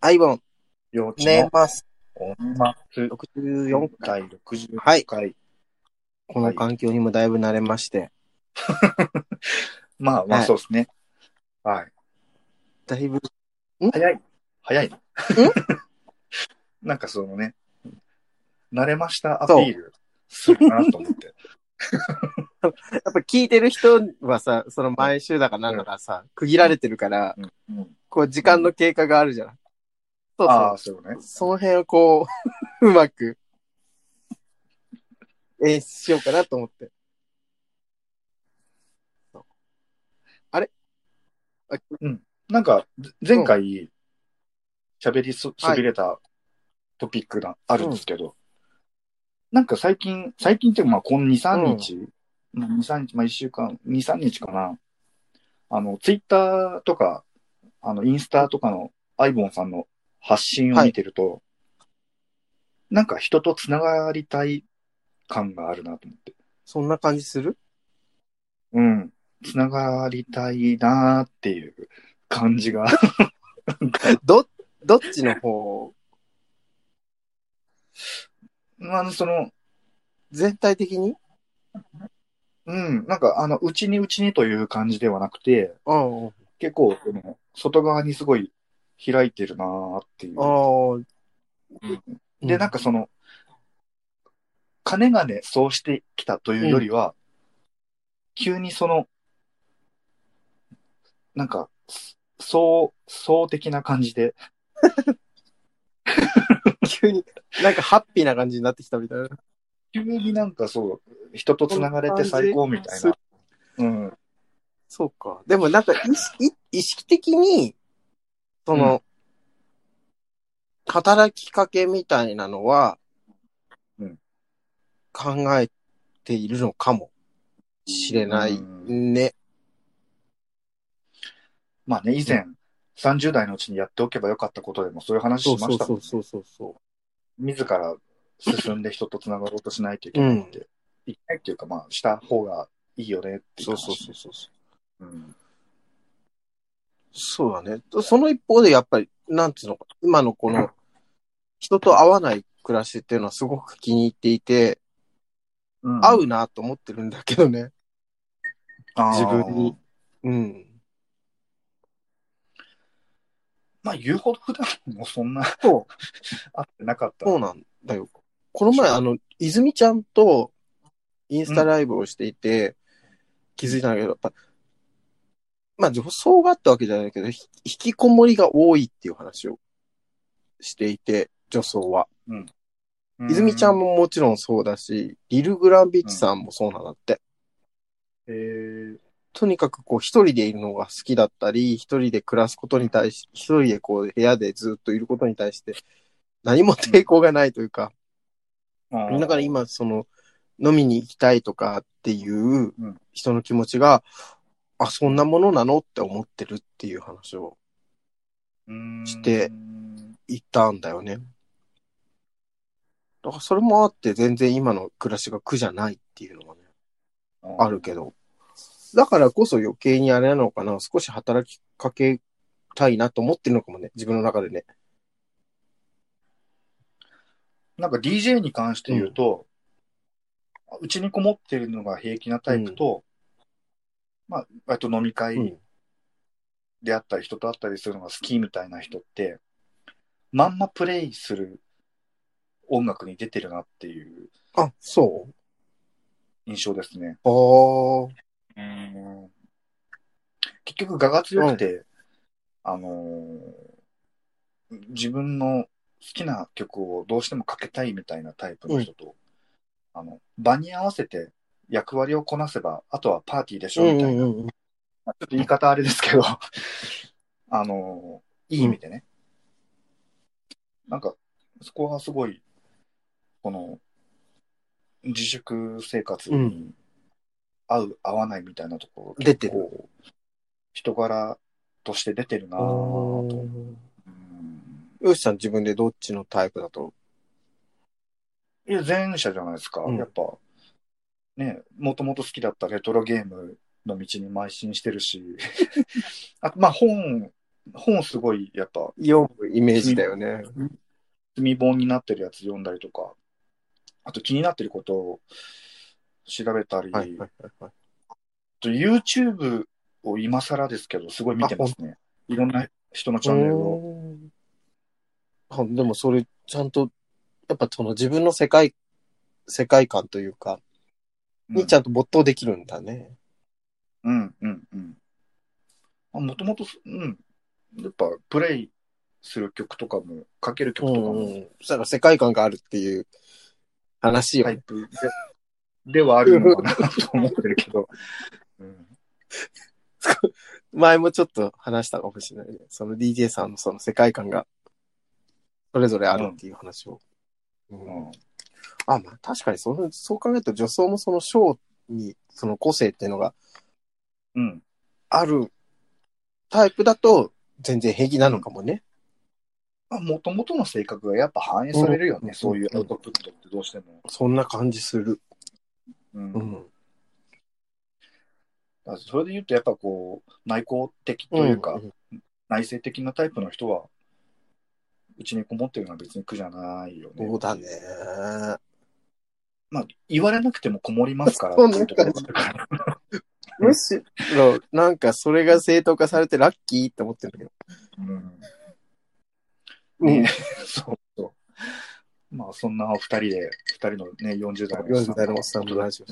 アイボン、 幼稚の寝ます。 音末 64回。 第64 はい。 回。 この環境にもだいぶ慣れまして。 まあまあはい。 そうですね。はい。 だいぶ、 早い。早い。 んなんかそのね、慣れましたアピそう。 ールするなと思って。 やっぱ聞いてる人はさ、そのうん、 毎週だかなんうん、 だかさ、区切られてるから、 うん、うん。 こう時うん。 間の経過があるじゃん。そうああ、 そう。 そうね。 その辺をこう、うまく演出しようかなと思って。そうあれあうん。なんか、前うん。 回喋りそはい。 びれたトピックがあるうん。 んですけど、なんか最近っていうかまあこの2、3 うん。 日、2、3日、まあ1週間、2、3日かな。ツイッターとか、インスタとかのアイボンさんの発信をはい。 見てると、なんか人とつながりたい感があるなと思って。 そんな感じする？ うん。つながりたいなーっていう感じが、なんか、 ど、どっちの方？ その、 全体的に？ うん、なんか、うちにという感じではなくて、 うん。 結構、外側にすごい開いてるなーってあいう。 あ、 うん、で、なんうん。 か金がね、そうしてきたといううん。 よりは、急になんか、そう的な感じで、 急に、なんかハッピーな感じになってきたみたいな。 急になんかそう、人とこんな繋がれて感じ最高みたいす、 な。うん。 そうか。でもなんか意識的に、そうん。 の、働きかけみたいなのはうん。 考えているのかもしれうないん。 ね。 まあね、以うん。 前、30代のうちにやっておけばよかったことでもそういう話そうしまそうそうそしたもんね。 うそうそ自ら進んで人と繋がろうとしないという。 けうん。 ないって。いけないっていうか、まあ、した方がいいよねっていうそうそう話ね。 そうそう。 うん。 そうだね。その一方でやっぱり、なんつうのか、今のこの人と会わない暮らしっていうのはすごく気に入っていて、合ううんうん。 なと思ってるんだけどね。 あ自分に。 あ。 うん。 まあ、言うほど普段もそんなそう。 会ってなかったそうなんだよ。この前、 でしょ。 泉ちゃんとインスタうん。 ライブをしていて気うん。 づいたんだけど、やっぱ、まあ女装があったわけじゃないけど、引きこもりが多いっていう話をしていて、女装は。 うん。うー泉ちゃんん。 ももちろんそうだし、リル・グランビッうん。 チさんもそうなんだって。 えー、 とにかくこう一人でいるのが好きだったり、一人で暮らすことに対し、一人でこう部屋でずっといることに対して何もうん。 抵抗がないというか、 あだから今あ。 その飲みに行きたいとかっていううん。 人の気持ちが、あ、そうん。 んなものなのって思ってるっていう話をうーしてん。 いたんだよね。だからそれもあって全然今の暮らしが苦じゃないっていうのがね、 あー、 あるけど。だからこそ余計にあれなのかな、少し働きかけたいなと思ってるのかもね、自分の中でね。 なんか DJ に関してうん。 言うと、うちにこもってるのが平気なタうん。 イプと、まあ、割と飲み会うん。 であったり、人と会ったりするのが好きみたいな人って、まんまプレイする音楽に出てるなっていうあ、そ印象ですね。 う。ああ。 うん。結局、我が強うん。 くて、あのー自分の好きな曲をどうしてもかけたいみたいなタイプのうん。 人と、場に合わせて役割をこなせば、あとはパーティーでしうんょみたいな。 うんうん。 まあちょっと言い方あれですけど、いいうん。 意味でね。なんか、そこはすごい、この、自粛生活うん。 に合う、合わないみたいなところ、結出てる。 構、人柄として出てるなあぁと。 ー。 うん。 よしさん自分でどっちのタイプだと？ いや、前者じゃないですか。 うん。 やっぱ、ね、もともと好きだったレトロゲームの道に邁進してるし、あと、まあ本本すごい、やっぱ、 読むイメージだよね。 積本になってるやつ読んだりとか、あと気になってることを調べたはいり、 はいはいはい。 と YouTube を今更ですけど、すごい見あ、ほん、 てますね。いろんな人のうチャンネルを。 ーん。あ、でもそれ、ちゃんと、やっぱその自分の世界観というか、 うん。 にちゃんと没頭できるんだね。 うん、うん、うん。もともと、うん。やっぱ、プレイする曲とかも、かけるう曲とかも、 んうん。そしたら世界観があるっていう話よね。 タイプではあるのかなと思ってるけど。うん。 前もちょっと話したかもしれないね。その DJ さんのその世界観がそれぞれあうん。 るっていう話を。うん、 うん。 あ、まあ確かにそう考えると女装もそのショーにその個性っていうのがうん。 あるタイプだと全然平気なのうん。 かもね。 もともとの性格がやっぱ反映うん、 されるよね。 うん、うん、 そういうアウうん。 トプットってどうしても。 そんな感じする。 うん。 うん。 それで言うと、やっぱこう、内向的うん、 というか、 うん。 内省的なタイプの人は、うちにこもってるのは別に苦じゃないよねっそうだね。 ていう。まあ、言われなくてもこもりますからっそんていうところがあな感じ。 るから。 むしろ、なんかそれが正当化されてラッキーって思ってるんだけど。 うん。ねえ、 うん。 そうそう。まあ、そんな二人のね、40代のおっさ 40 んが代のおっさんお届のラジオです。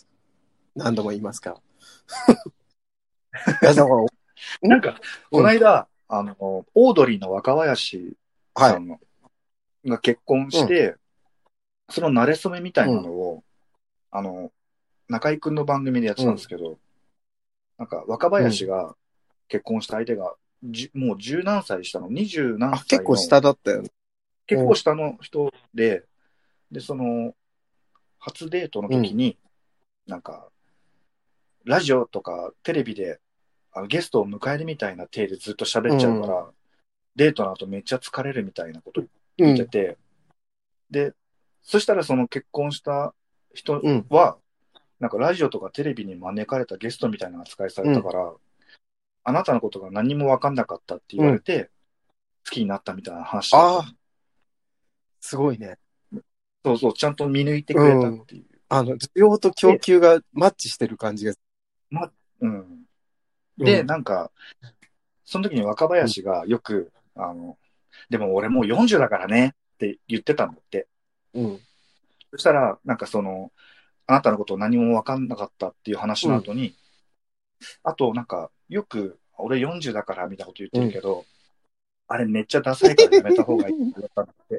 何度も言いますか。いや、だから、 け。なんか、こうん。 の間、オードリーの若林はい。 さんのが結婚うん。 して、その馴れ初めみたいうん。 なのを、あの、中居くんの番組でやってうん。 たんですけど、なんか若うん。 林が結婚した相手が、もう十何歳下の、二十何あ、結歳の、 構下だったよね。 結構下の人で、で、その、初デートのうん。 時に、なんか、ラジオとかテレビでゲストを迎えるみたいな体でずっと喋っちゃうかうん。 ら、デートの後めっちゃ疲れるみたいなことうん。 言ってて、で、そしたらその結婚した人うん。 は、なんかラジオとかテレビに招かれたゲストみたいな扱いされうん。 たから、あなたのことが何も分かんなかったって言うん。 われて、好きになったみたいな話だったの。 ああ、すごいね。 そうそう、ちゃんと見抜いてくれたっうん。 ていう。 需要と供で、 給がマッチしてる感じが。 ま、うん。で、 うん。 なんか、その時に若うん。 林がよく、でも俺もう40だからねって言ってたんだって。 うん。 そしたら、なんかあなたのことを何も分かんなかったっていう話うん。 の後に、あとなんか、よく、俺40だからみたいなこと言っうん。 てるけど、あれめっちゃダサいからやめた方がいいって言ったんだって。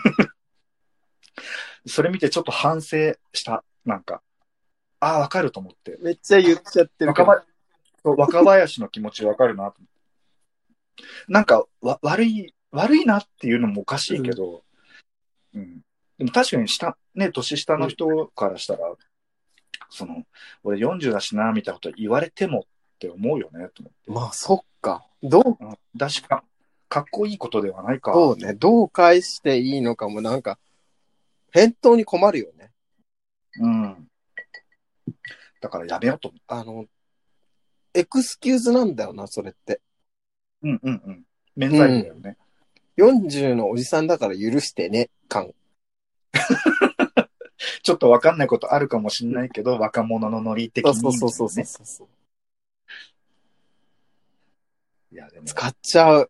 それ見てちょっと反省した。なんか、ああ、わかると思って。 めっちゃ言っちゃってるけど。 若林の気持ちわかるなと思って。なんか、悪いなっていうのもおかしいうん。 けど、うん。でも確かに年下のうん。 人からしたら、俺40だしな、みたいなこと言われてもって思うよね、と思って。 まあ、そっか。 うん。かっこいいことではないか、 そうね。 と思って。 どう返していいのかもなんか、返答に困るよね。 うん。だからやめようと思って。 あの、エクスキューズなんだよな、それって。 うんうんうん。免う罪符だよん。 ね。 40のおじさんだから許してね、感。 ちょっとわかんないことあるかもしんうん。 ないけど、若者のノリそう的に、みそうそうそうたいなね。 そうそう。 いや、でも。 使っちゃう。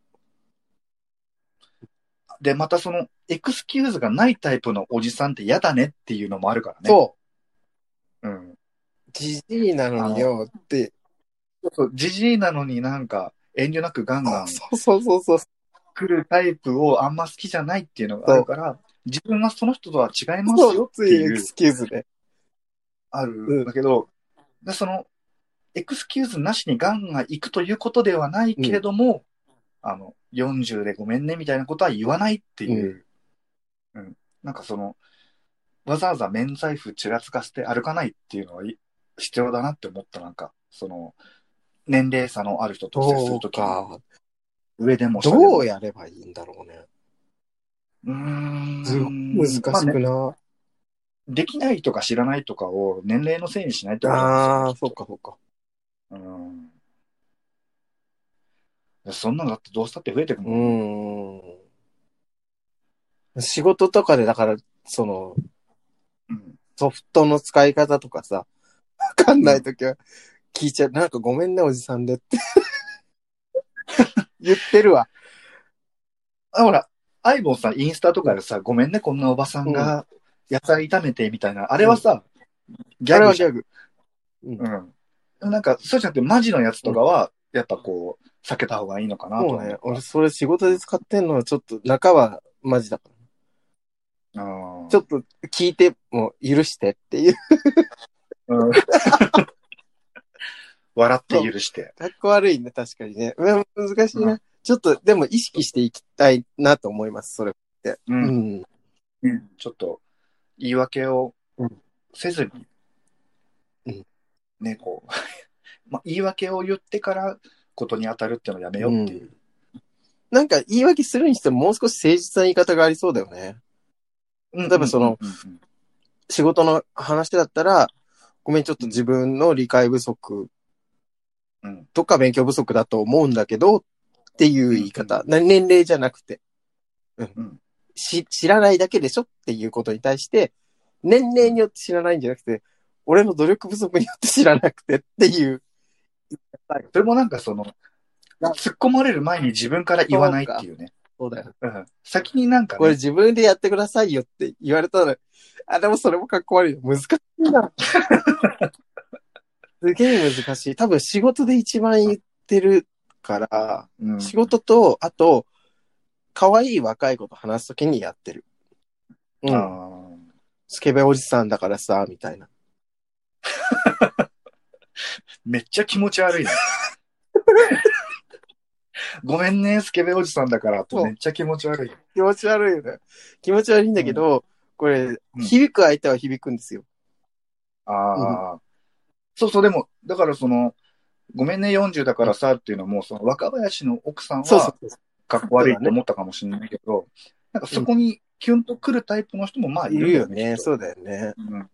で、またエクスキューズがないタイプのおじさんって嫌だねっていうのもあるからね。 そう。 うん。 じじいなのにあの、 よって。 じじいなのになんか遠慮なくガンガンそうそうそうそう。 来るタイプをあんま好きじゃないっていうのがあそう。 るから、自分はその人とは違いますそう、 よついエクっていう、 スキューズで。 あるうん。 んだけど、でエクスキューズなしにガンガン行くということではないけれうん。 ども、40でごめんねみたいなことは言わないってうん。 いう、うん。なんかわざわざ免罪符ちらつかせて歩かないっていうのは必要だなって思った。なんか、年齢差のある人と接すそうるときに、 か。 上でも下でも。 どうやればいいんだろうね。すごい難まあね、 しくな。 できないとか知らないとかを年齢のせいにしないってことなんですよね、 ああ、 きっと。 そっかそっか。 うん。 そんなのだってどうしたって増えてくるもん。 仕事とかで、だから、その、 うん。 ソフトの使い方とかさ、わかんないときは聞いちゃう。なんかごめんね、おじさんでって言ってるわ。 ほら、アイボンさ、インスタとかでさ、ごめんね、こんなおばさんが野菜炒めてみたいな、あれはさ、ギャグじゃん。 あれはギャグ。 なんか、そうじゃなくて、マジのやつとかは、やっぱこう、避けた方がいいのかなとそうね。 は思った。 俺、それ仕事で使ってんのはちょっと、中はマジだから。ちょっと聞いても許してっていう。 うん、笑って許して。 かっこ悪いね、確かにね。難しいな。ちょっと、でも意識していきたいなと思います、それって。 ちょっと、言い訳をせずに、ね、こう、まあ、言い訳を言ってからことに当たるっていうのをやめようっていう。 なんか言い訳するにしてももう少し誠実な言い方がありそうだよね。例えばその、仕事の話だったら、ごめん、ちょっと自分の理解不足とか勉強不足だと思うんだけどっていう言い方。年齢じゃなくて、知らないだけでしょっていうことに対して、年齢によって知らないんじゃなくて、俺の努力不足によって知らなくてっていう。 それもなんかその、突っ込まれる前に自分から言わないっていうね。 そうだよ。 先になんかね。 これ自分でやってくださいよって言われたら、でもそれもかっこ悪いよ。難しいな。すげえ難しい。多分仕事で一番言ってるから、仕事と、あと、可愛い若い子と話すときにやってる。スケベおじさんだからさ、みたいな。 めっちゃ気持ち悪いね。ごめんね、スケベおじさんだからとめっちゃ気持ち悪い。 気持ち悪いよね。気持ち悪いんだけど、これ、響く相手は響くんですよ。 そうそう、でも、だからその、ごめんね、40だからさっていうのも、その若林の奥さんは、かっこ悪いと思ったかもしれないけど、なんかそこにキュンとくるタイプの人もまあいるよね。 そうだよね。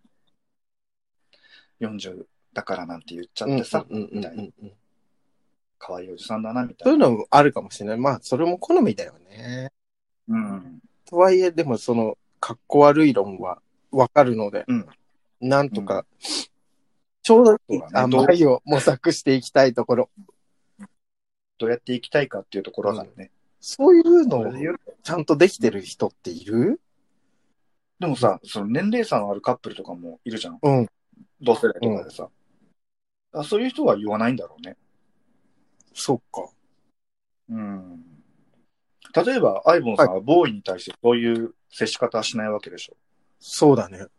40だからなんて言っちゃってさ、みたいな。可愛いおじさんだな、みたいな。そういうのもあるかもしれない。まあ、それも好みだよね。とはいえ、でもその、かっこ悪い論はわかるので、なんとか、ちょうどいい塩梅を模索していきたいところ。 どうやっていきたいかっていうところだね。 そういうのをちゃんとできてる人っている？ でもさ、その年齢差のあるカップルとかもいるじゃん。同世代とかでさ。そういう人は言わないんだろうね。 そっか。 例えば、アイボンさんはボーイに対してそういう接し方はしないわけでしょ。 そうだね。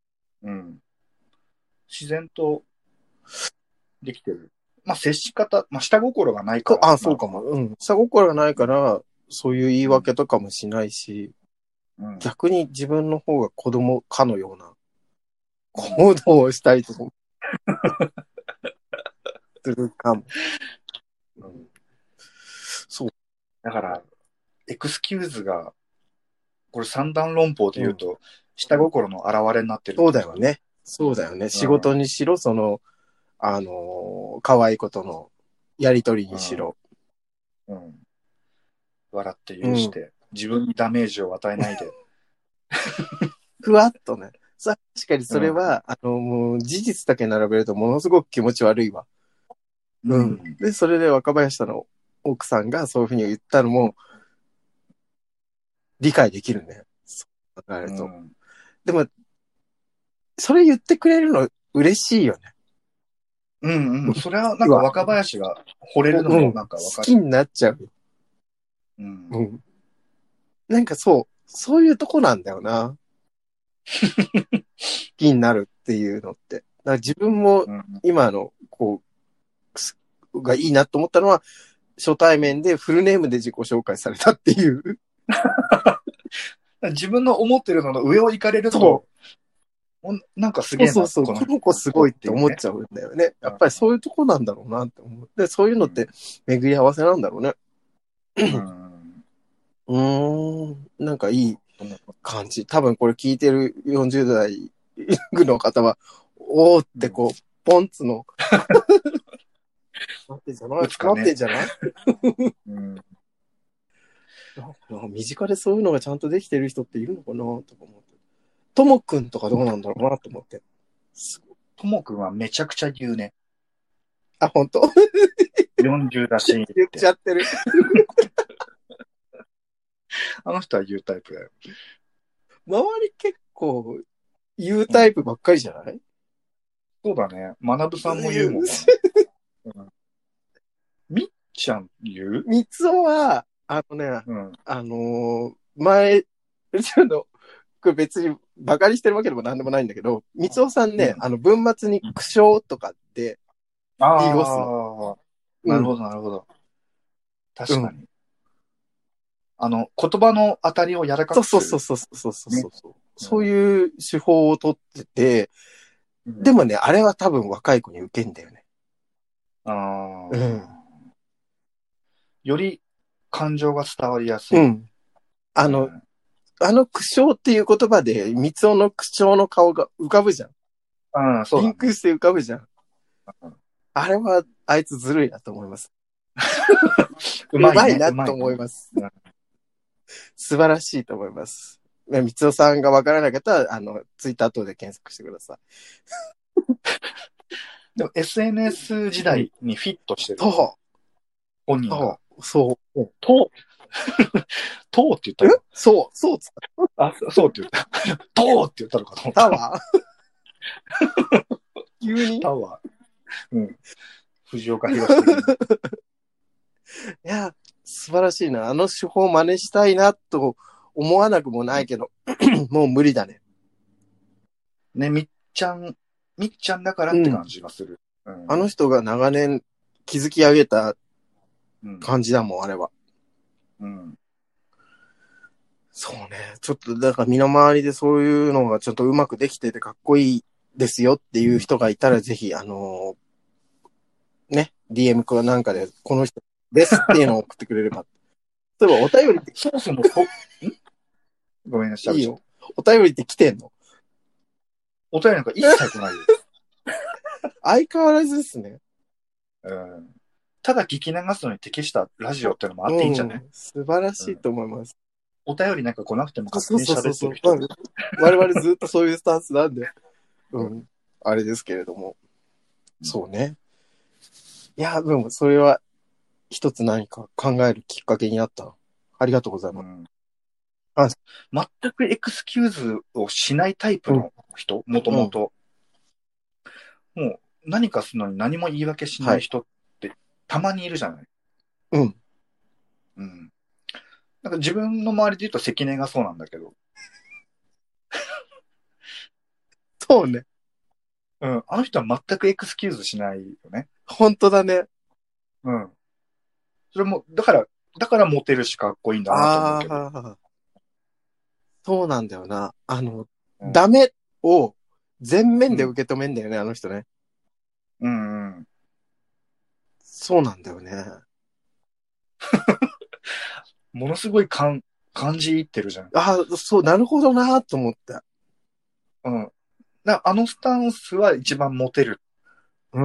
自然とできてる。まあ、接し方、まあ、下心がないから。 そうかも。下心がないから、そういう言い訳とかもしないし、逆に自分の方が子供かのような行動をしたいと思う。するかも。そう。 だから、エクスキューズが、これ三段論法で言うと、下心の表れになってる。 そうだよね。そうだよね。仕事にしろ、その、可愛いことのやりとりにしろ。 笑って許して、自分にダメージを与えないで。 ふわっとね。確かにそれは、もう事実だけ並べるとものすごく気持ち悪いわ。で、それで若林さんの奥さんがそういうふうに言ったのも、理解できるね。そう考えると。でも、それ言ってくれるの嬉しいよね。 それはなんか若林が惚れるのもなんか好きになっちゃう。なんかそういうとこなんだよな。好きになるっていうのって。だから自分も今の、がいいなと思ったのは、初対面でフルネームで自己紹介されたっていう。 自分の思ってるのの上を行かれると、なんかすげえな。 そう。この子すごいって思っちゃうんだよね。やっぱりそういうとこなんだろうなって思う。で、そういうのって巡り合わせなんだろうね。なんかいい感じ。多分これ聞いてる40代の方は、おーってポンツのなってんじゃない打つかねなってんじゃないうん。 身近でそういうのがちゃんとできてる人っているのかなとか思って。ともくんとかどうなんだろうなと思って。 ともくんはめちゃくちゃ言うね。 あ、本当 40だし言っって。 ちゃってる。 あの人は言うタイプだよ。 周り結構言うタイプばっかりじゃない、 そうだね。学さんも言うもんな。うん、みっちゃん言うみつおは、 うん。 前、ちょっと、これ別にバカにしてるわけでもなんでもないんだけど、みつおさんね、 うん。 文末に苦笑とかって濁すの。 ああ、 うん。 なるほど、なるほど。 うん。 確かに。言葉の当たりを柔らかそうくする。 そうそうそうそうそうね。 そう。そううん。 いう手法をとってて、 うん、 でもね、あれは多分若い子に受けんだよね。 あうん。 あ。より感情が伝わりやすい。 うん。あの、 うん。 苦笑っていう言葉で、三つおの苦笑の顔が浮かぶじゃん。 うん、そうだね。 リンクして浮かぶじゃん。 うん、 あれは、あいつずるいなと思います。 うまいね、 うまいなうまいね。 と思います。 うん、 素晴らしいと思います。三つおさんがわからなかったら、ツイッター等で検索してください。 でも SNS 時うん。 代にフィットしてるよね。 そ本人が。 う、そう、 と、とって言った今。 そうつった。 あ、そうって言った。とって言ったのかと思った。 タワー急にタワー。うん。藤岡弘的に。 いや、素晴らしいな。あの手法を真似したいなと思わなくもないけど、もう無理だね。 ね、みっちゃんだからってうん。 感じがする。うん。 あの人が長年築き上げたうん。 感じだもん、あれは。 うん。 そうね。ちょっと、だから身の回りでそういうのがちょっとうまくできててかっこいいですよっていう人がいたら、ぜひ、ね、DM かなんかで、この人ですっていうのを送ってくれれば。例えば、お便りってそもそもごめんなさい、 いいよ。 喋っちゃった。 お便りって来てんの？ お便りなんか一切来ないよ。 相変わらずですね。 うん。ただ聞き流すのに適したラジオってのもあっていいんじゃない？ 素晴らしいうん。 と思います。 お便りなんか来なくても勝手そうに喋そうそうそう。 ってる人。 我々ずっとそういうスタンスなんで、 うん。 あれですけれども。 うん、 そうね。いや、でもそれは一つ何か考えるきっかけになった。ありがとうございます。 うん、 あ、 全くエクスキューズをしないタイプうん、 の人、もとうん。 もと。もう何かするのに何も言い訳しなはい。 い人ってたまにいるじゃない。 うん。 うん。なんか自分の周りで言うと関根がそうなんだけど。 そうね。 うん。あの人は全くエクスキューズしないよね。 本当だね。 うん。それも、だからモテるしかっこいいんだなと思うけど。 ああ、そうなんだよな。 うん。 ダメを全面でうん。 受け止めんだよね、あの人ね。 うん。うん。 そうなんだよね。 ものすごい感じいってるじゃん。 ああ、そう、なるほどなと思って。 うん。あのスタンスは一番モテるうん。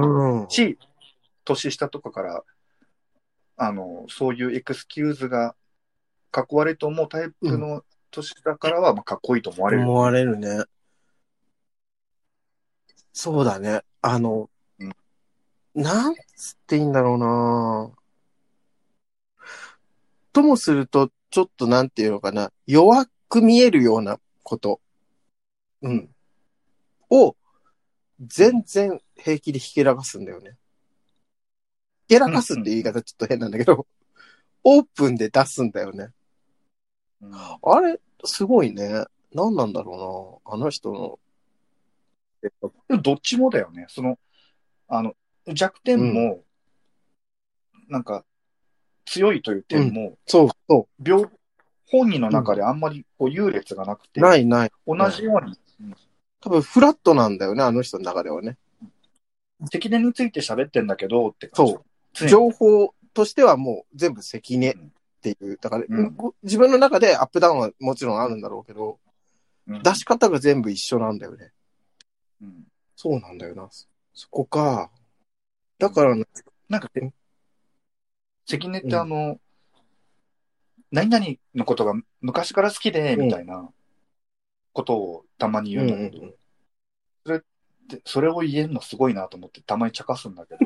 し、年下とかから、そういうエクスキューズがかっこ悪いと思うタイうん。 プの年下からは、まあ、かっこいいと思われるよ思わね。 れるね。そうだね。 うん。 なんつっていいんだろうなともすると、ちょっとなんていうのかな。弱く見えるようなこと。ううん。 ん。を、 うん。 全然平気でひけらかすんだよね。ひけらうん。 かすってうん。 言い方ちょっと変なんだけど、オープンで出すんだよね。 うん。 あれ、すごいね。何なんだろうな。あの人の。 でもどっちもだよね。あの、弱うん。 点も、なんか、強いといううん。 点も、 そうそ本人のう。うん。 中であんまりこう優劣がなくて、 ないない。 同ない。 じように、うん、 多分フラットなんだよね、あの人の中ではね。 関根について喋ってんだけどって感じ。 そう。 常に。 情報としてはもう全部関根っうん。 ていう。だから、 うん。 自分の中でアップダウンはもちろんあるんだろうけど、 うん。 出し方が全部一緒なんだよね。 うん。 そうなんだよな。そこか。 うん。 だから、 なんか関根って何々のことが昔から好きで、みたいなことをたまに言うんだけど、それを言えるのすごいなと思ってたまに茶化すんだけど、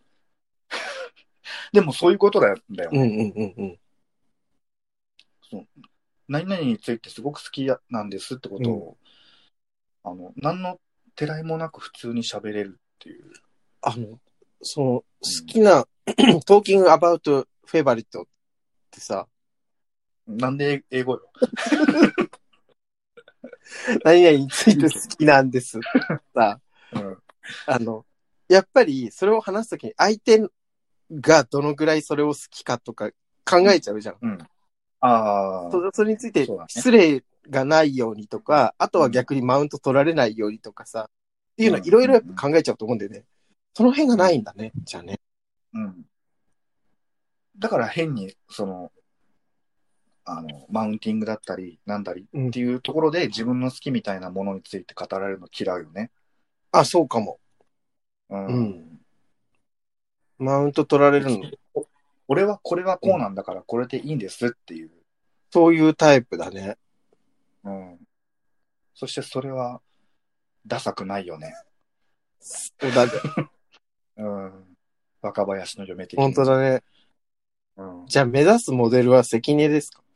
でもそういうことだよね。そう何々についてすごく好きなんですってことを、何のてらいもなく普通に喋れるっていう。 好きな、talking about favorite ってさ、 なんで英語よ。 何々について好きなんですさ、やっぱりそれを話すときに相手がどのぐらいそれを好きかとか考えちゃうじゃん。それについて失礼がないようにとか、あとは逆にマウント取られないようにとかさ、っていうのいろいろ考えちゃうと思うんだよね。その辺がないんだね、じゃあね。 だから変に、マウンティングだったり、なんだりっていうところで自分の好きみたいなものについて語られるの嫌うよね。 あ、そうかも。マウント取られるの。 俺はこれはこうなんだからこれでいいんですっていう。 そういうタイプだね。 そしてそれは、ダサくないよね。 そうだね。 若林の嫁的に。 本当だね。じゃあ目指すモデルは関根ですか？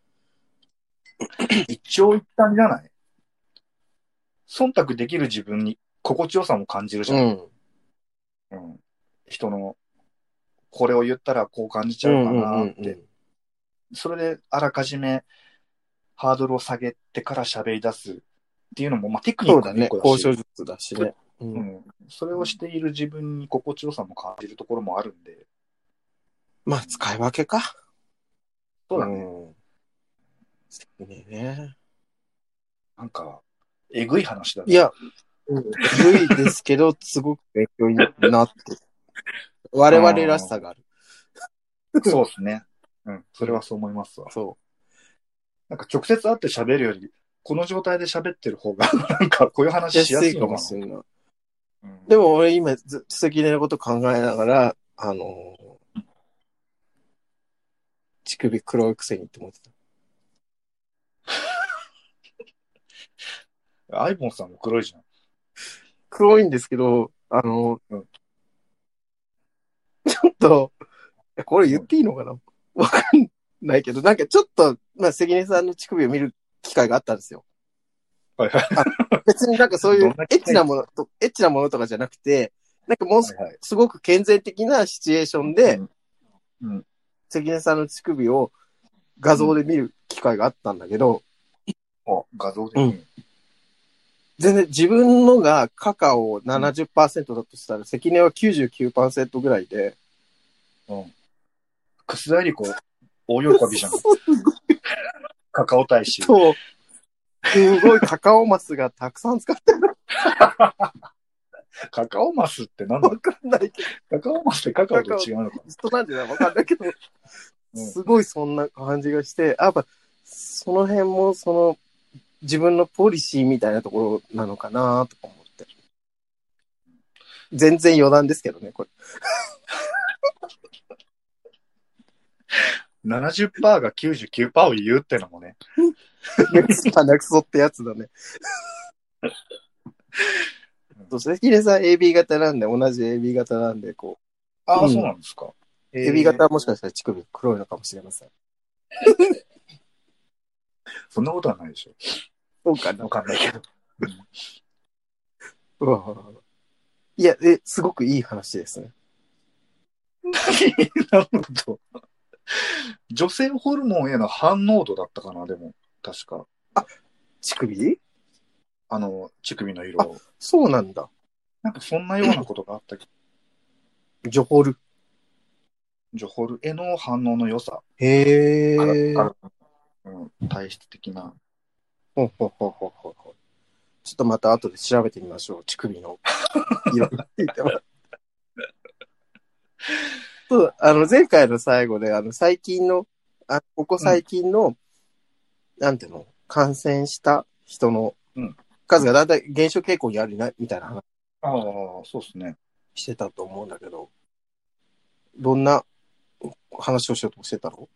一長一短じゃない？忖度できる自分に心地よさも感じるじゃん。人の、これを言ったらこう感じちゃうかなって。それであらかじめハードルを下げてから喋り出すっていうのも、まあ、テクニックの一個だし。 交渉術だしね。 それをしている自分に心地よさも感じるところもあるんで。 まあ、使い分けか。 そうだね。 ね。 なんか、えぐい話だね。 いや、えぐいですけど、すごく勉強になって、我々らしさがある。 そうですね。それはそう思いますわ。そう。なんか直接会って喋るより、この状態で喋ってる方が、なんかこういう話しやすいのかもしれない。 でも俺今ずっと関根のこと考えながら、乳首黒いくせにって思ってた。アイボンさんも黒いじゃん。 黒いんですけど、ちょっと、これ言っていいのかな？わかんないけど、なんかちょっと、まあ、関根さんの乳首を見る機会があったんですよ。別になんかそういうエッチなものとかじゃなくて、なんかもうすごく健全的なシチュエーションで、関根さんの乳首を画像で見る機会があったんだけど、 画像で、 全然自分のがカカオ 70% だとしたら、関根は 99% ぐらいで、 楠田絵理子、大喜びじゃん。カカオ大使。 そう。すごいカカオマスがたくさん使ってる。 カカオマスって何だ？ わかんないけど。カカオマスってカカオと違うのかな？ 人なんでわかんないけど、すごいそんな感じがして、やっぱその辺も自分のポリシーみたいなところなのかなとか思って。全然余談ですけどね、これ。 70% が 99% を言うってのもね。 鼻くそってやつだね。関根さん AB 型なんで、同じ AB 型なんで、こう。 そうなんですか。 AB 型はもしかしたら乳首黒いのかもしれません。 そんなことはないでしょ。 そうかな。 わかんないけど。 いや、すごくいい話ですね。 なるほど。女性ホルモンへの反応度だったかな、でも、確か。 乳首？ 乳首の色。 そうなんだ。 なんかそんなようなことがあったけど。ジョホルへの反応の良さ。 へー。 体質的な。 ちょっとまた後で調べてみましょう。乳首の色については。そう、前回の最後で、最近の、ここ最近の、なんていうの、感染した人の数がだいたい減少傾向にあるな、みたいな話。 そうですね。 してたと思うんだけど。 どんな話をしようとしてたの？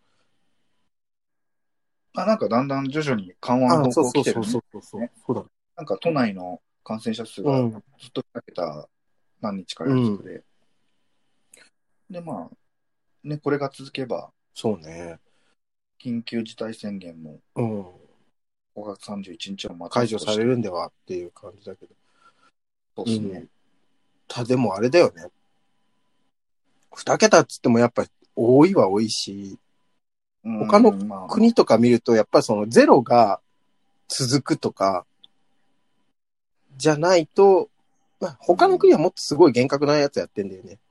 なんかだんだん徐々に緩和の方向来てるね。 そうだ。 なんか都内の感染者数がずっと2桁何日か連続で。で、まあ、ね、これが続けば、 そうね。 緊急事態宣言も、5月31日を解除されるんではっていう感じだけど。 そうですね。 でもあれだよね。2桁っつってもやっぱり多いは多いし、他の国とか見るとやっぱりそのゼロが続くとか、じゃないと、他の国はもっとすごい厳格なやつやってんだよね。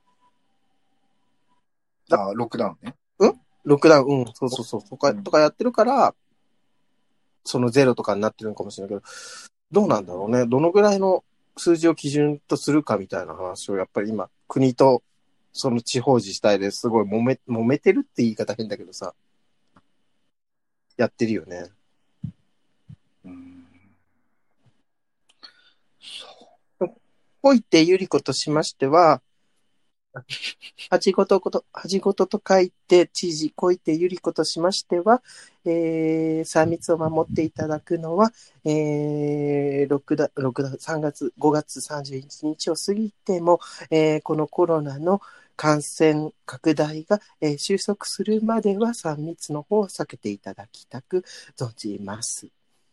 ロックダウンね。 ロックダウン、そう。とかやってるから、そのゼロとかになってるのかもしれないけど、どうなんだろうね。どのぐらいの数字を基準とするかみたいな話を、やっぱり今、国とその地方自治体ですごい揉めてるって言い方変だけどさ、やってるよね。小池百合子としましては、恥事と書いて、知事小池百合子としましては、3密を守っていただくのは、3月、5月31日を過ぎても、このコロナの感染拡大が、収束するまでは3密の方を避けていただきたく存じます。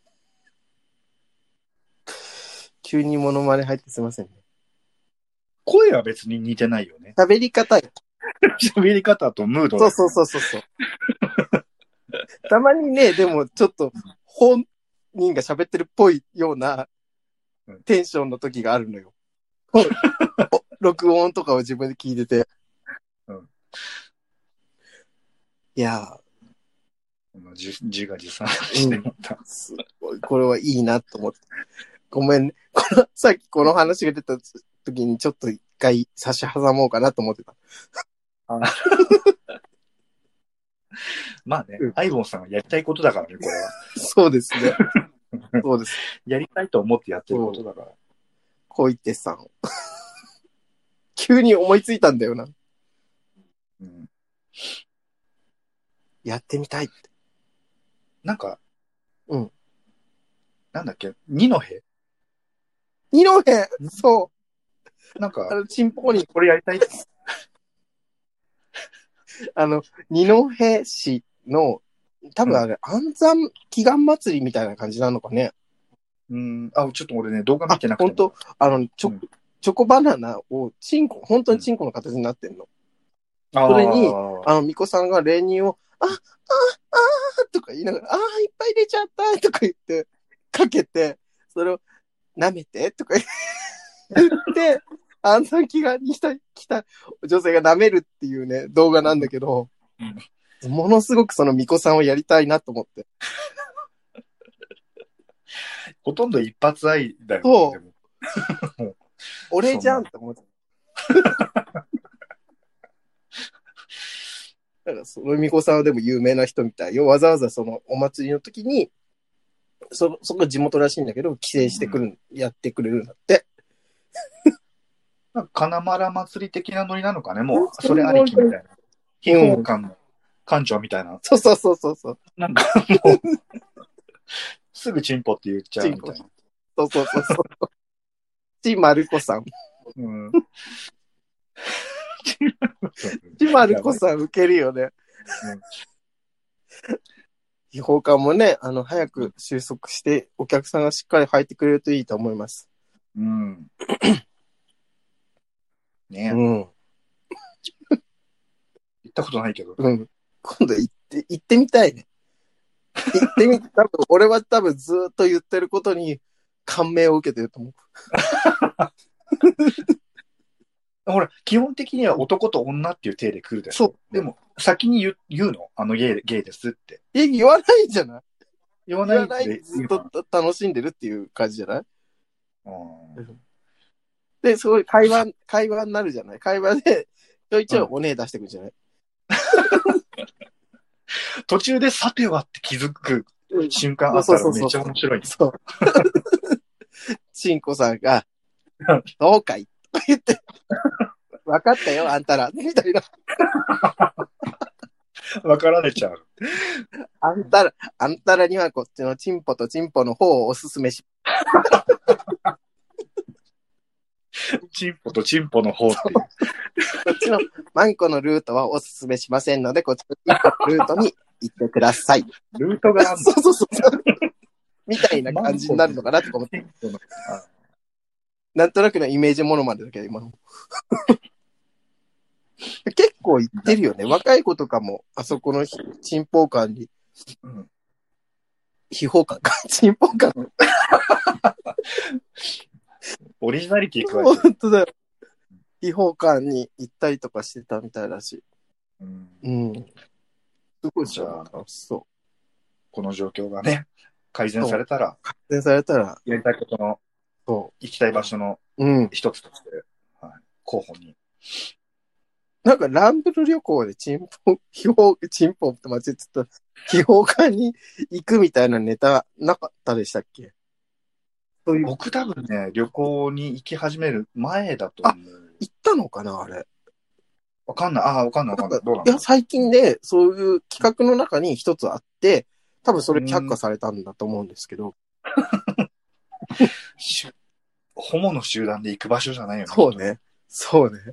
急にモノマネ入ってすいませんね。 声は別に似てないよね。 喋り方とムード。 そう。たまにね、でもちょっと本人が喋ってるっぽいようなテンションの時があるのよ。録音とかを自分で聞いてて。いや自画自賛してもた、 すごい、これはいいなと思って。ごめんね。さっきこの話が出た時にちょっと一回差し挟もうかなと思ってた。 まあね、アイボンさんがやりたいことだからね、これは。 そうですね。そうです。 やりたいと思ってやってることだから。 小池さん。急に思いついたんだよな。やってみたいって。 なんか、なんだっけ、二戸そう。 なんか、 チンポに。 これやりたい二戸市の、多分あれ、安産祈願祭りみたいな感じなのかね。 ちょっと俺ね、動画見てなくて。 本当チョコバナナを本当にチンコの形になってんの。それに、ミコさんが練乳を、とか言いながら、いっぱい入れちゃったとか言って、かけて、それを舐めてとか言って、安産祈願に来た女性が舐めるっていうね、動画なんだけど、ものすごくそのミコさんをやりたいなと思って。 ほとんど一発愛だよね。 そう。俺じゃんって思って。だからそのミコさんはでも有名な人みたいよ。わざわざそのお祭りの時に、そこ地元らしいんだけど、帰省してくる、やってくれるんだって。 なんか金丸祭り的なノリなのかね、もう、それありきみたいな。秘宝館の館長みたいな。 そう。 なんかもう、すぐチンポって言っちゃうみたいな。 そう。ちまるこさん。ちまるこさん受けるよね。秘宝館もね、早く収束して、お客さんがしっかり入ってくれるといいと思います。 ね行ったことないけど。 今度行ってみたいね。行ってみて、俺は多分ずっと言ってることに感銘を受けてると思う。 ほら、基本的には男と女っていう体で来るでしょ。でも、先に言うのゲイですって。 言わないんじゃない？ 言わないでずっと楽しんでるっていう感じじゃない？で、すごい会話になるじゃない？会話で、ちょいちょいおねえ出してくるじゃない？ 途中でさてはって気づく瞬間あったらめっちゃ面白い。 そう。チンコさんが、どうかいとか言って、 わかったよ、あんたら。みたいな。 わかられちゃう。 あんたらにはこっちのチンポとチンポの方をおすすめし、 チンポとチンポの方っていう。 こっちのマンコのルートはおすすめしませんので、こっちのチンポのルートに行ってください。 ルートがあるそうそうそう。みたいな感じになるのかなとか思って。なんとなくのイメージものまでだけど、今の。結構言ってるよね。若い子とかも、あそこのチンポ感に、秘宝感か。チンポ感。 オリジナリティ加えてる。 本当だよ。秘宝館に行ったりとかしてたみたいだし。うん。すごいじゃあ、楽しそう。 この状況がね、改善されたら、 やりたいことの、行きたい場所の一つとして、はい、候補に。 なんかランブル旅行でチンポって間違ってた、秘宝館に行くみたいなネタなかったでしたっけ？ 僕多分ね、旅行に行き始める前だと思う。 行ったのかなあれ。 わかんない。わかんない。どうなんだ。 いや、最近で、そういう企画の中に一つあって、多分それ却下されたんだと思うんですけど。 ホモの集団で行く場所じゃないよね。 そうね。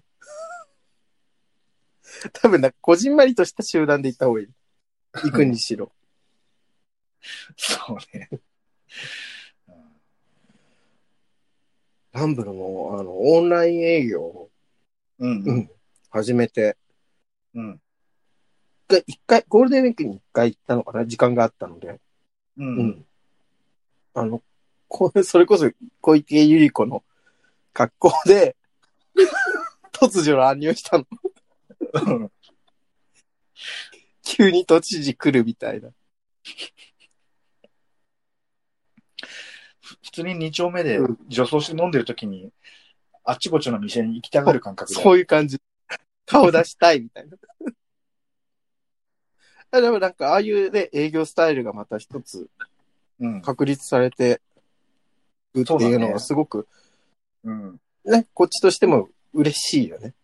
多分こじんまりとした集団で行った方がいい。行くにしろ。 そうね。 ランブルも、オンライン営業を、始めて、一回、ゴールデンウィークに一回行ったのかな、時間があったので。それこそ小池百合子の格好で、突如乱入したの。急に都知事来るみたいな。 普通に2丁目で女装して飲んでる時に、あっちこっちの店に行きたがる感覚で。そういう感じ。顔出したいみたいな。でもなんか、ああいうね、営業スタイルがまた一つ、確立されてるっていうのはすごく、ね、こっちとしても嬉しいよね。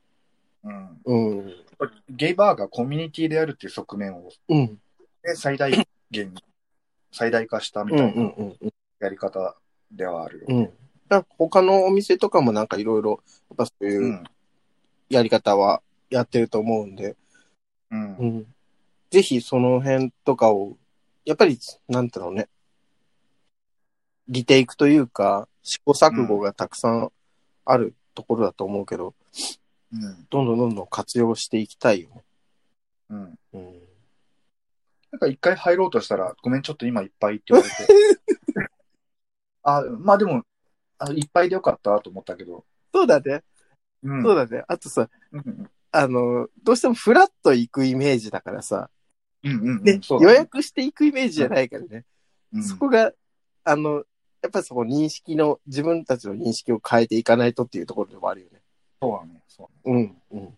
ゲイバーがコミュニティであるっていう側面を、最大化したみたいなやり方ではあるよね。 他のお店とかもなんかいろいろ、やっぱそういうやり方はやってると思うんで、ぜひその辺とかを、やっぱり、なんだろうね、リテイクというか、試行錯誤がたくさんあるところだと思うけど、どんどん活用していきたいよね。 なんか一回入ろうとしたら、ごめん、ちょっと今いっぱいって言われて。まあでも、いっぱいでよかったと思ったけど。 そうだね。そうだね。あとさ、どうしてもフラッと行くイメージだからさ、予約していくイメージじゃないからね。そこが、やっぱりそこ自分たちの認識を変えていかないとっていうところでもあるよね。そうね。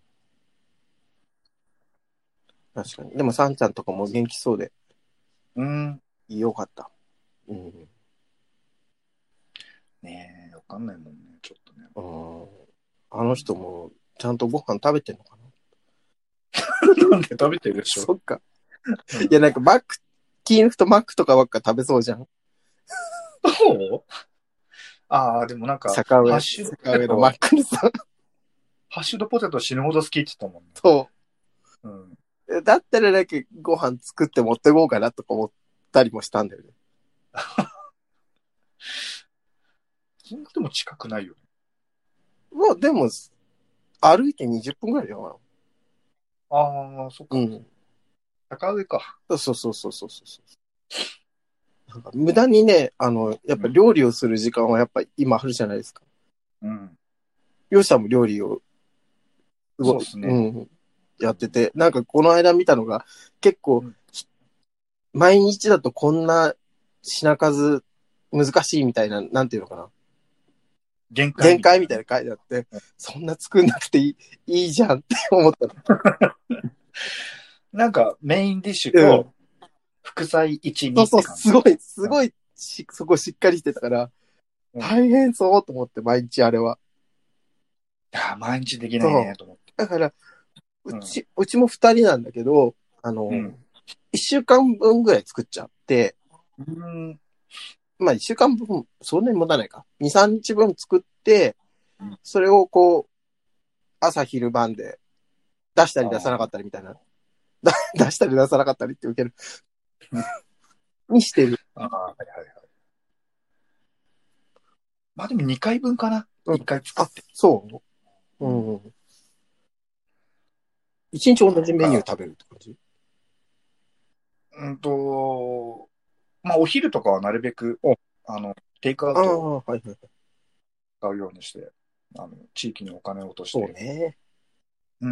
確かに。でも、サンちゃんとかも元気そうで。よかった。 ねえ、わかんないもんね、ちょっとね。 あの人も、ちゃんとご飯食べてんのかななんで食べてるでしょ。 そっか。いや、なんかキーンフとマックとかばっか食べそうじゃん。 そうでもなんか、 坂上のマックにさ。 ハッシュドポテト死ぬほど好きって言ったもんね。 そう。だったらなんかご飯作って持ってこうかなとか思ったりもしたんだよね。 そんなでも近くないよね。 まあでも、歩いて20分ぐらいだよな。そっか。坂上か。 そう。なんか無駄にね、やっぱ料理をする時間はやっぱ今あるじゃないですか。ヨシさんも料理をそうですね。 やってて、なんかこの間見たのが結構、毎日だとこんな品数難しいみたいな、なんていうのかな。限界みたいな書いてあって、そんな作んなくていいじゃんって思ったの。 なんかメインディッシュと副菜1、2 そう、すごい、そこしっかりしてたから、大変そうと思って毎日あれは。 や、毎日できないね、と思って。 だから、うちも二人なんだけど、一週間分ぐらい作っちゃって、まあ一週間分、そんなに持たないか。二、三日分作って、それをこう、朝昼晩で出したり出さなかったりみたいな。出したり出さなかったりって受ける。にしてる。 はいはいはい。まあでも2回分かな。1回作って。 そう。うん。一日同じメニュー食べるって感じ？ まあお昼とかはなるべく、テイクアウトを使うようにして、地域にお金を落として。 そうね。 うん。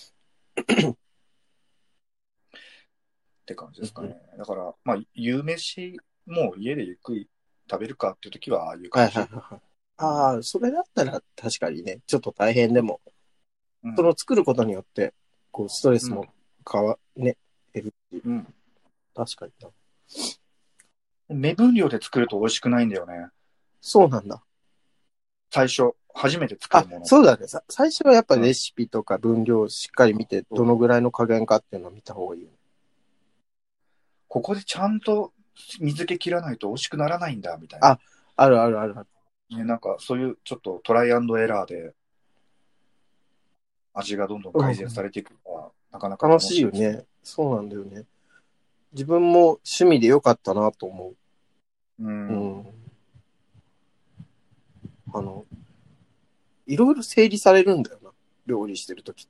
って感じですかね。だから、まあ、夕飯、もう家でゆっくり食べるかっていう時は、ああいう感じ。 ああ、それだったら確かにね、ちょっと大変でも、その作ることによって、こう、ストレスもね、減るっていう。確かにな。 目分量で作ると美味しくないんだよね。 そうなんだ。 最初、初めて作るもの。 そうだね。最初はやっぱレシピとか分量をしっかり見て、どのぐらいの加減かっていうのを見た方がいいよ。 ここでちゃんと水気切らないと美味しくならないんだ、みたいな。 あるあるある。 ね、なんか、そういうちょっとトライアンドエラーで、味がどんどん改善されていくのは、なかなか楽しいよね。そうなんだよね。自分も趣味で良かったなと思う。いろいろ整理されるんだよな。料理してるときって。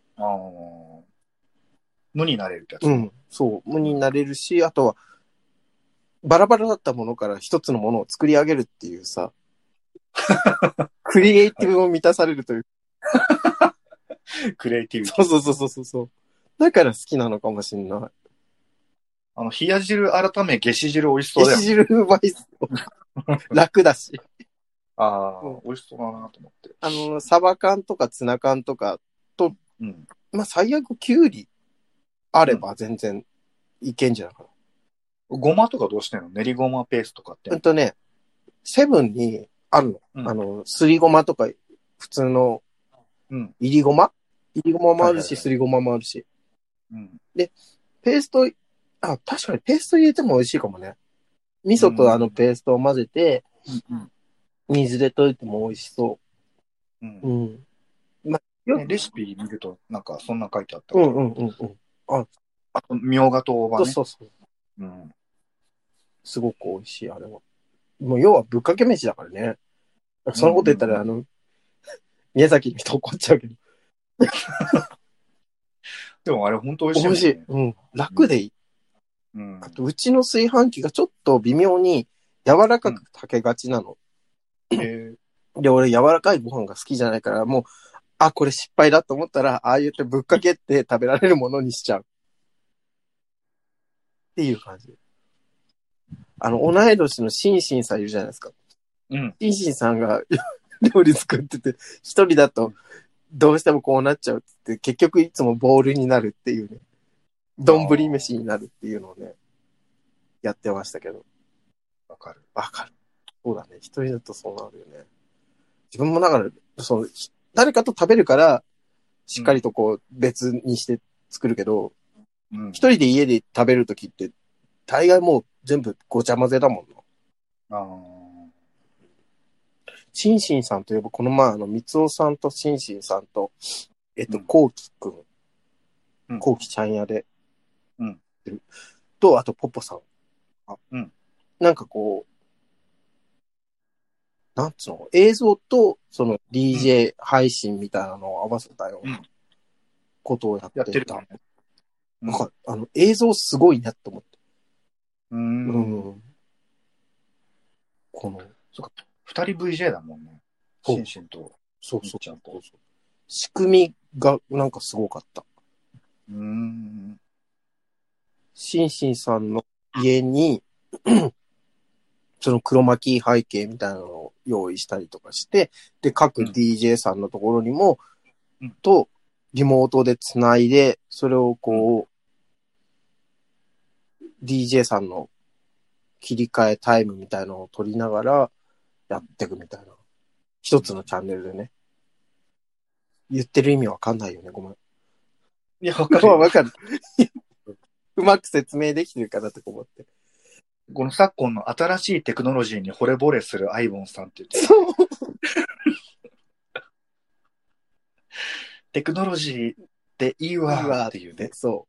無になれるってやつ。 そう。無になれるし、あとは、バラバラだったものから一つのものを作り上げるっていうさ、クリエイティブを満たされるという。 クリエイティブ。 そう。だから好きなのかもしんない。 冷や汁改め、下し汁美味しそうだよね。 下し汁うまいっすよ。楽だし。 美味しそうだなと思って。 サバ缶とかツナ缶とかと、まあ、最悪キュウリあれば全然いけんじゃないかな。 ごまとかどうしてんの？練りごまペーストとかって。 セブンにあるの。すりごまとか、普通の、入りごまもあるし、すりごまもあるし。で、ペースト、確かにペースト入れても美味しいかもね。味噌とペーストを混ぜて、水で溶いても美味しそう。 レシピ見ると、なんか、そんな書いてあったから。あと、みょうがと大葉ね。 そう。すごく美味しい、あれは。もう要はぶっかけ飯だからね。そのこと言ったら、宮崎の人怒っちゃうけど。 でもあれ本当美味しい、ね。美味しい。楽でいい。あと、うちの炊飯器がちょっと微妙に柔らかく炊けがちなの。で、俺柔らかいご飯が好きじゃないから、もう、これ失敗だと思ったら、ああ言ってぶっかけって食べられるものにしちゃう。っていう感じ。同い年のシンシンさんいるじゃないですか。シンシンさんが料理作ってて、一人だとどうしてもこうなっちゃうって、結局いつもボールになるっていうね。丼飯になるっていうのをね、やってましたけど。わかる。そうだね。一人だとそうなるよね。自分もだから、誰かと食べるから、しっかりとこう別にして作るけど、一人で家で食べるときって、大概もう全部ごちゃ混ぜだもんな。シンシンさんといえば、この前三つおさんとシンシンさんと、コウキくん、コウキちゃん屋で、と、あとポポさん。なんかこう、なんつうの、映像とその DJ 配信みたいなのを合わせたようなことをやってた。なんか、映像すごいねって思って。この、 そうか、二人 VJ だもんね。シンシンと。 そう。仕組みがなんかすごかった。シンシンさんの家に、その黒巻背景みたいなのを用意したりとかして、で、各 DJ さんのところにも、リモートでつないで、それをこう、DJ さんの切り替えタイムみたいなのを取りながらやっていくみたいな。一つのチャンネルでね。 言ってる意味わかんないよね、ごめん。 いや、わかるよ。 わかる。うまく説明できてるかなと思って。 この昨今の新しいテクノロジーに惚れ惚れするアイボンさんって言って、 そう。 テクノロジーっていいわっていうね。 そう。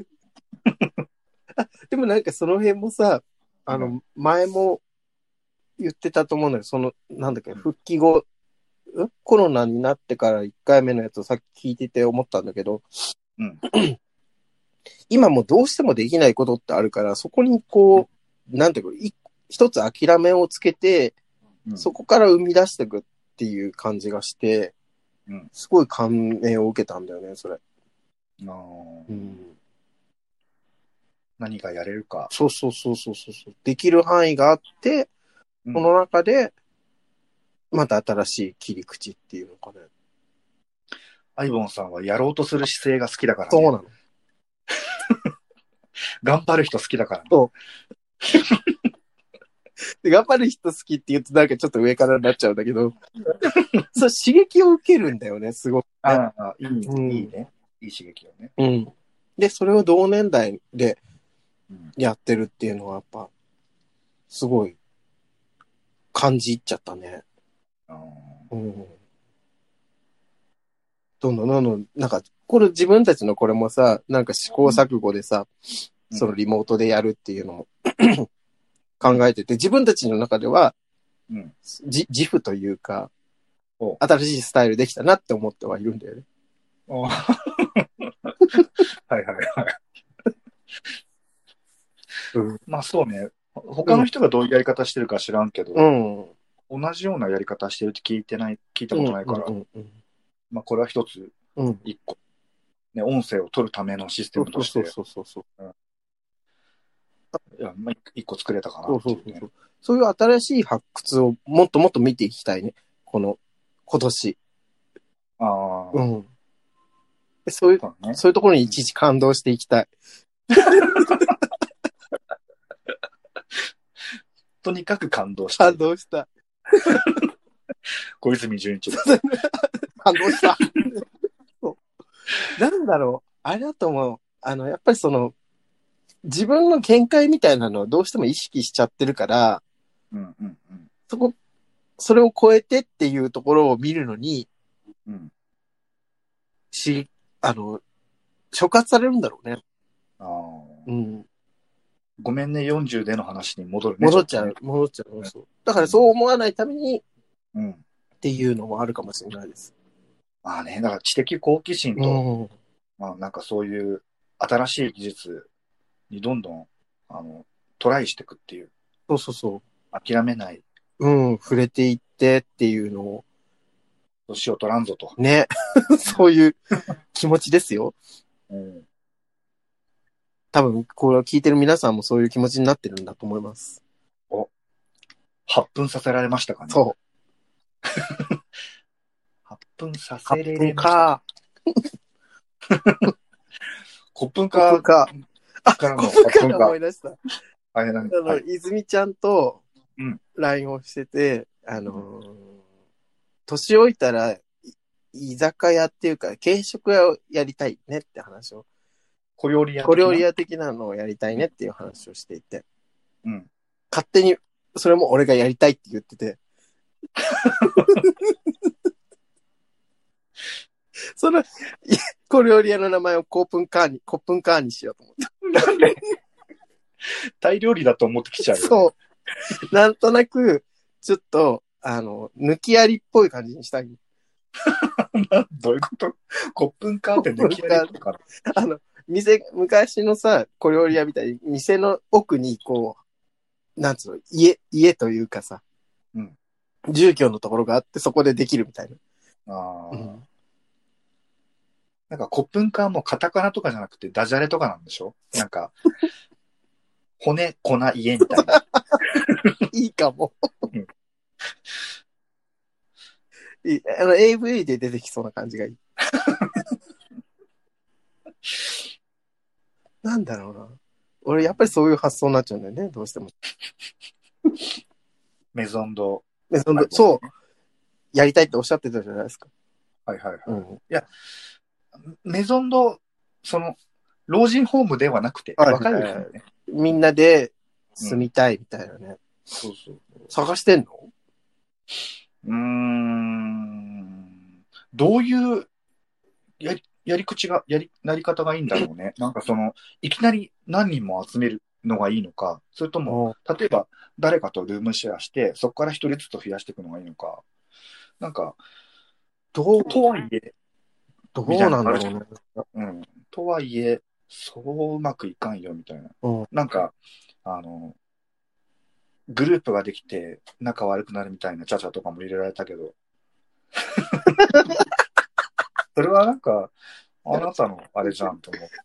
でもなんかその辺もさ、前も言ってたと思うんだけど、なんだっけ、復帰後、コロナになってから1回目のやつをさっき聞いてて思ったんだけど、 うん、 今もうどうしてもできないことってあるから、そこにこう、なんていうか、一つ諦めをつけて、そこから生み出していくっていう感じがして、すごい感銘を受けたんだよね、それ。 何がやれるか。 そう。できる範囲があって、この中で、また新しい切り口っていうのかね。 アイボンさんはやろうとする姿勢が好きだからね。 そうなの。 頑張る人好きだからね。 そう。頑張る人好きって言うとなんかちょっと上からになっちゃうんだけど、そう、刺激を受けるんだよね、すごく、ね。 いいね。いい刺激をね。 うん。で、それを同年代でやってるっていうのはやっぱ、すごい感じ入っちゃったね。どんどん、なんか、これ自分たちのこれもさ、なんか試行錯誤でさ、そのリモートでやるっていうのも考えてて、自分たちの中では、自負というか、新しいスタイルできたなって思ってはいるんだよね。 はい。まあそうね。他の人がどういうやり方してるか知らんけど、同じようなやり方してるって聞いたことないから、まあこれは一つ、一個、ね、音声を取るためのシステムとして、まあ一個作れたかなっていうね。 そういう新しい発掘をもっともっと見ていきたいね。今年。そういうところにいちいち感動していきたい。 とにかく感動した。 感動した。 小泉純一。 感動した。なんだろう。あれだと思う。やっぱり自分の見解みたいなのをどうしても意識しちゃってるから、それを超えてっていうところを見るのに、触発されるんだろうね。 ごめんね、40での話に戻るね。 戻っちゃう。だからそう思わないために、っていうのもあるかもしれないです。 まあね、だから知的好奇心と、まあなんかそういう新しい技術にどんどん、トライしていくっていう。 そう。 諦めない。 触れていってっていうのを。 年を取らんぞと。 ね。そういう気持ちですよ。多分、これを聞いてる皆さんもそういう気持ちになってるんだと思います。 8分させられましたかね。 そう。 8分させれれました。コップンカー。 コップンカー思い出した。泉ちゃんと LINE をしてて、年老いたら、居酒屋っていうか、軽食屋をやりたいねって話を。小料理屋的なのをやりたいねっていう話をしていて。勝手に、それも俺がやりたいって言ってて。小料理屋の名前をコップンカーにしようと思って。 なんでタイ料理だと思ってきちゃうよ、ね。 そう。なんとなく、ちょっと、抜きありっぽい感じにしたい。 どういうことコップンカーって抜きありっぽいかな昔のさ、小料理屋みたいに、店の奥に、こう、なんつうの、家というかさ、住居のところがあって、そこでできるみたいな。 なんか、コップンカーもカタカナとかじゃなくて、ダジャレとかなんでしょなんか、骨、粉、家みたいな。 いいかも。AV で出てきそうな感じがいい。なんだろうな。俺、やっぱりそういう発想になっちゃうんだよね、どうしても。 メゾンド。 そう。やりたいっておっしゃってたじゃないですか。 はいはいはい。 うん。 いや、メゾンド、老人ホームではなくて、 はい若いうちにね。 みんなで住みたいみたいなね。 そうそう。 探してんの？ どういうやり口が、なり方がいいんだろうね。なんかいきなり何人も集めるのがいいのか、それとも、例えば誰かとルームシェアして、そこから一人ずつ増やしていくのがいいのか、なんか、とはいえ、 どうみたいななんだろうね。 のあるじゃん。うん。とはいえ、そううまくいかんよ、みたいな。 うん。 なんか、グループができて仲悪くなるみたいなチャチャとかも入れられたけど、それはなんか、あなたのあれじゃんと思う。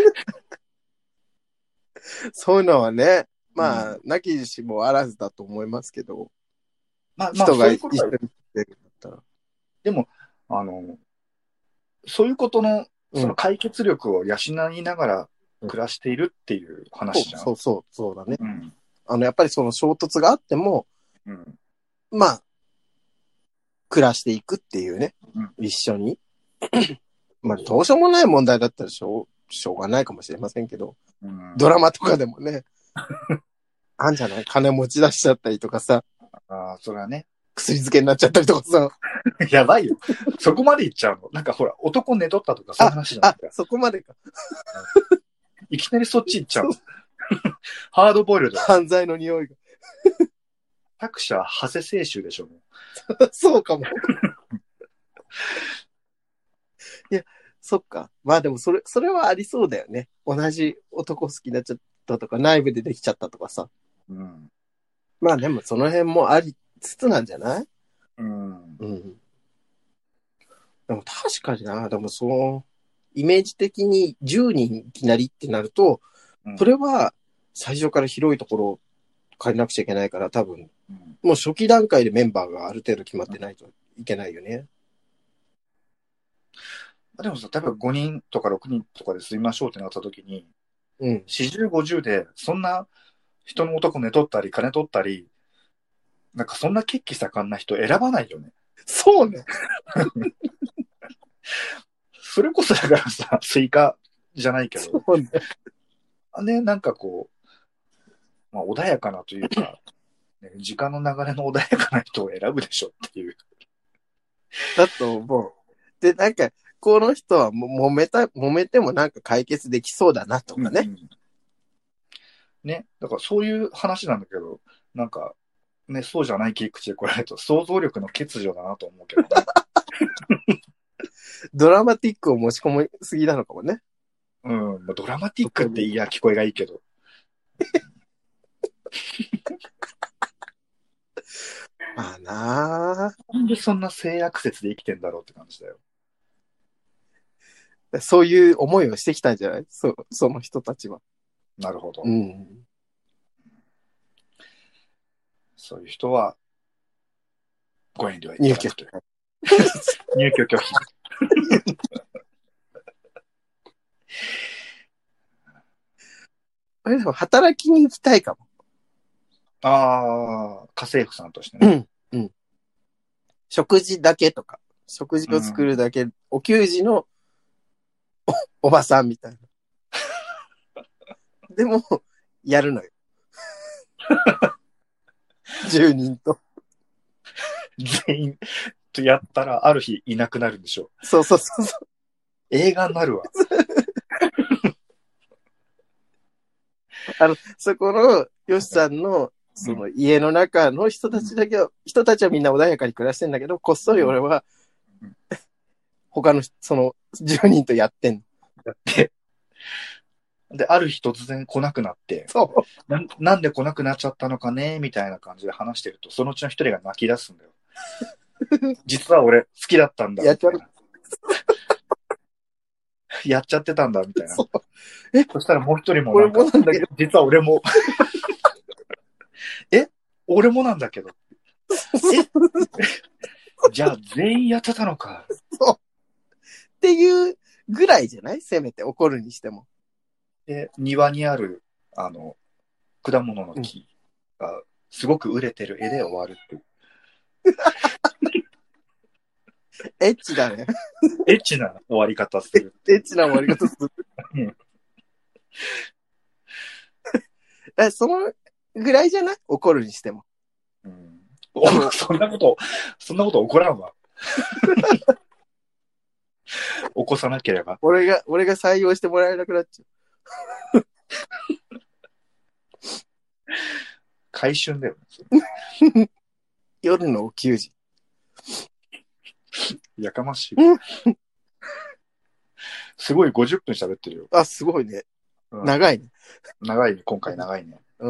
そういうのはね、まあ、 うん、 なきにしもあらずだと思いますけど、 まあ、 人がそういうことは、 一緒に来てるんだったら。 でも、あの、そういうことの、 うん。 解決力を養いながら暮らしているっていう話じゃん。 そうだね。 うん。 やっぱりその衝突があっても、 うん。 まあ、暮らしていくっていうね、 うん。 一緒に。まあ、 そうそどうしようもない問題だったらしょうがないかもしれませんけど、 う。うん。 ドラマとかでもね、あんじゃない金持ち出しちゃったりとかさ、 ああ、それはね。 薬漬けになっちゃったりとかさ。 やばいよ。そこまで言っちゃうの。なんかほら、男寝取ったとかそういう話じゃないか。 そこまでか。 いきなりそっち行っちゃうそうの。ハードボイルド。 犯罪の匂いが。 作者、長谷清舟でしょ、もそうかも。いや、そっか。まあでもそれはありそうだよね。同じ男好きになっちゃったとか、内部でできちゃったとかさ。 う。うん。 まあでもその辺もありつつなんじゃない？ うん。 うん。でも確かにな、でもイメージ的に10人いきなりってなると、 うん。 それは最初から広いところを借りなくちゃいけないから多分、 うん、 もう初期段階でメンバーがある程度決まってないといけないよね。 でもさ、例えば5人とか6人とかで住みましょうってなった時に、 うん。 40、50で、そんな人の男寝取ったり、金取ったり、なんかそんな血気盛んな人選ばないよね。 そうね。 それこそだからさ、スイカじゃないけど、 そうね。 ね、なんかまあ、穏やかなというか、ね、時間の流れの穏やかな人を選ぶでしょっていう。 だと思う。で、なんか、この人は揉めてもなんか解決できそうだなとかね。 うんうん、ね、だからそういう話なんだけど、なんか、ね、そうじゃない切り口で来られると想像力の欠如だなと思うけどね。 ドラマティックを持ち込みすぎなのかもね。 うん、まあ、ドラマティックっていや、聞こえがいいけど。 まあななんでそんな性悪説で生きてんだろうって感じだよ。 あ。そういう思いをしてきたんじゃない？その人たちは。 なるほど。 うん。 そういう人は、ご遠慮い入居。 ただくという。入居拒否。 あれでも働きに行きたいかも。 ああ、家政婦さんとしてね。 うん。うん。食事だけとか、食事を作るだけ、お給仕のおばさんみたいな。でも、やるのよ。10人と。 全員とやったら、ある日いなくなるんでしょう。 そう。 映画になるわ。 そこの、ヨシさんの、その家の中の人たちだけど、人たちはみんな穏やかに暮らしてんだけど、こっそり俺は、他の、その、10人とやってんの。 だって、で、ある日突然来なくなって、 そう。 なんで来なくなっちゃったのかねみたいな感じで話してると、そのうちの一人が泣き出すんだよ。実は俺好きだったんだ、みたいな。やっちゃってたんだ、みたいな。 そう。 そしたらもう一人も俺もなんだけど。 実は俺も。俺もなんだけど。じゃあ全員やってたのか。 そう。っていうぐらいじゃない？せめて怒るにしても。 で、庭にある、果物の木が、すごく熟れてる絵で終わるっていう。 エッチだね。 エッチな終わり方する。 エッチな終わり方する。そのぐらいじゃない？怒るにしても。 うん、そんなこと起こらんわ。起こさなければ。 俺が採用してもらえなくなっちゃう。 回春だよね。夜のお給仕。 やかましい。すごい50分喋ってるよ。 あ、すごいね。長いね。 長いね。今回長いね。 うん。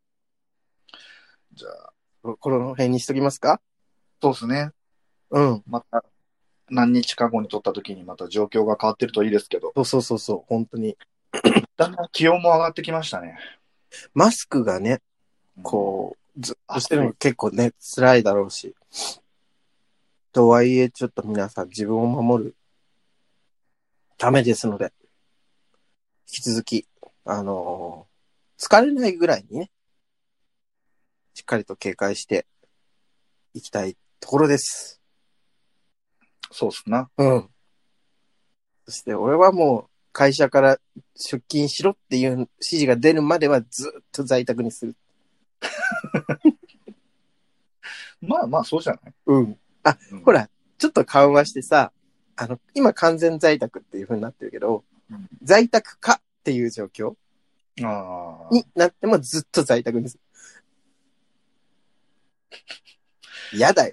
じゃあ。 この辺にしときますか？ そうですね。 うん。 また、何日か後に撮った時にまた状況が変わってるといいですけど。 そう、本当に。 だんだん気温も上がってきましたね。 マスクがね、こう、ずっとしてるの結構ね、辛いだろうし。とはいえ、ちょっと皆さん自分を守るためですので、引き続き、疲れないぐらいにね、しっかりと警戒していきたいところです。 そうっすな。 うん。そして俺はもう会社から出勤しろっていう指示が出るまではずっと在宅にする。 まあまあ、そうじゃない？ うん。ほら、ちょっと緩和してさ、今完全在宅っていう風になってるけど、在宅化っていう状況になってもずっと在宅にする。嫌だよ。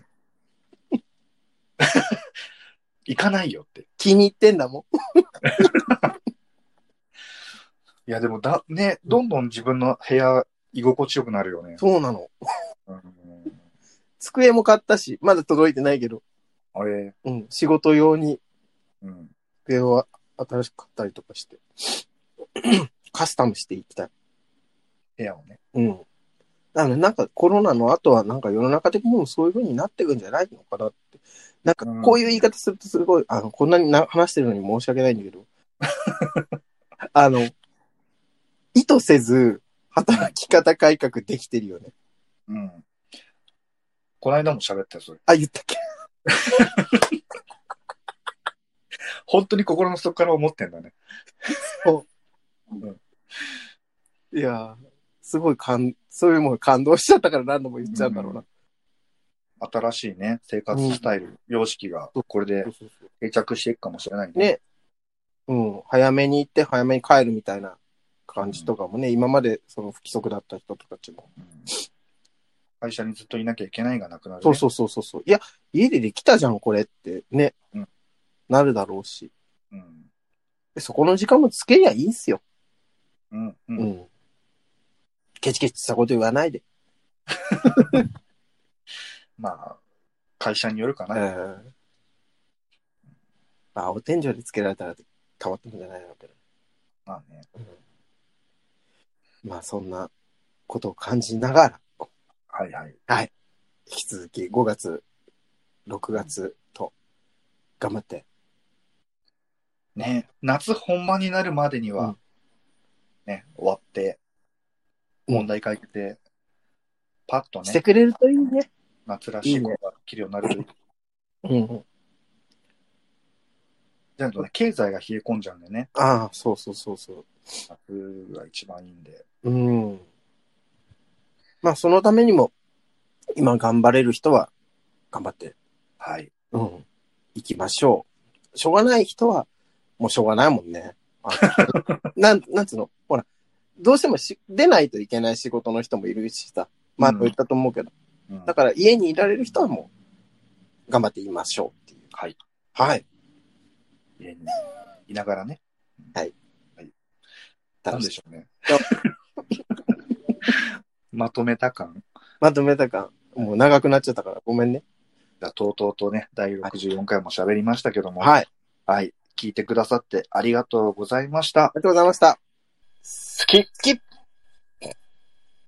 行かないよって。 気に入ってんだもん。 いや、でもね、どんどん自分の部屋居心地よくなるよね。 そうなの。机も買ったし、まだ届いてないけど。うん、仕事用に、机を新しく買ったりとかして、カスタムしていきたい。 部屋をね。 うん。なんかコロナの後はなんか世の中的にもそういう風になっていくんじゃないのかなって。なんかこういう言い方するとすごい、こんなに話してるのに申し訳ないんだけど、意図せず働き方改革できてるよね。 うん。この間も喋ったよ、それ。 あ、言ったっけ？ 本当に心の底から思ってんだね。 そう。うん、いやすごいそういうもの感動しちゃったから何度も言っちゃうんだろうな。 新しいね、生活スタイル、様式がこれで定着していくかもしれないね。ね。 うん。早めに行って早めに帰るみたいな感じとかもね、今までその不規則だった人たちも。 会社にずっといなきゃいけないがなくなる、ね。 そう。いや、家でできたじゃん、これってね。なるだろうし。でそこの時間もつけりゃいいんすよ。ケチケチしたこと言わないで。 まあ、会社によるかな。 まあ、青天井でつけられたら変わってもんじゃないのけど。 まあね。 まあ、そんなことを感じながら。 はいはい。 はい。引き続き5月、6月と頑張って。 ね、夏本番になるまでには、ね、終わって、問題解決で、パッとね。 してくれるといいね。 夏らしいことができるようになるといい。じゃあね、経済が冷え込んじゃうんでね。 ああ、そう。夏が一番いいんで。 まあ、そのためにも、今頑張れる人は、頑張って。 はい。 行きましょう。しょうがない人は、もうしょうがないもんね。なんつうのほら、どうしても出ないといけない仕事の人もいるしさ。まあ、言ったと思うけど。だから家にいられる人はもう、頑張っていましょうっていう。 はい。 はい。 家にいながらね。 はい。 なんでしょうね。まとめた感。 もう長くなっちゃったからごめんね。 じゃあ、とうとうとね、第64回も喋りましたけども。 はい。 はい。聞いてくださってありがとうございました。 ありがとうございました。 好き。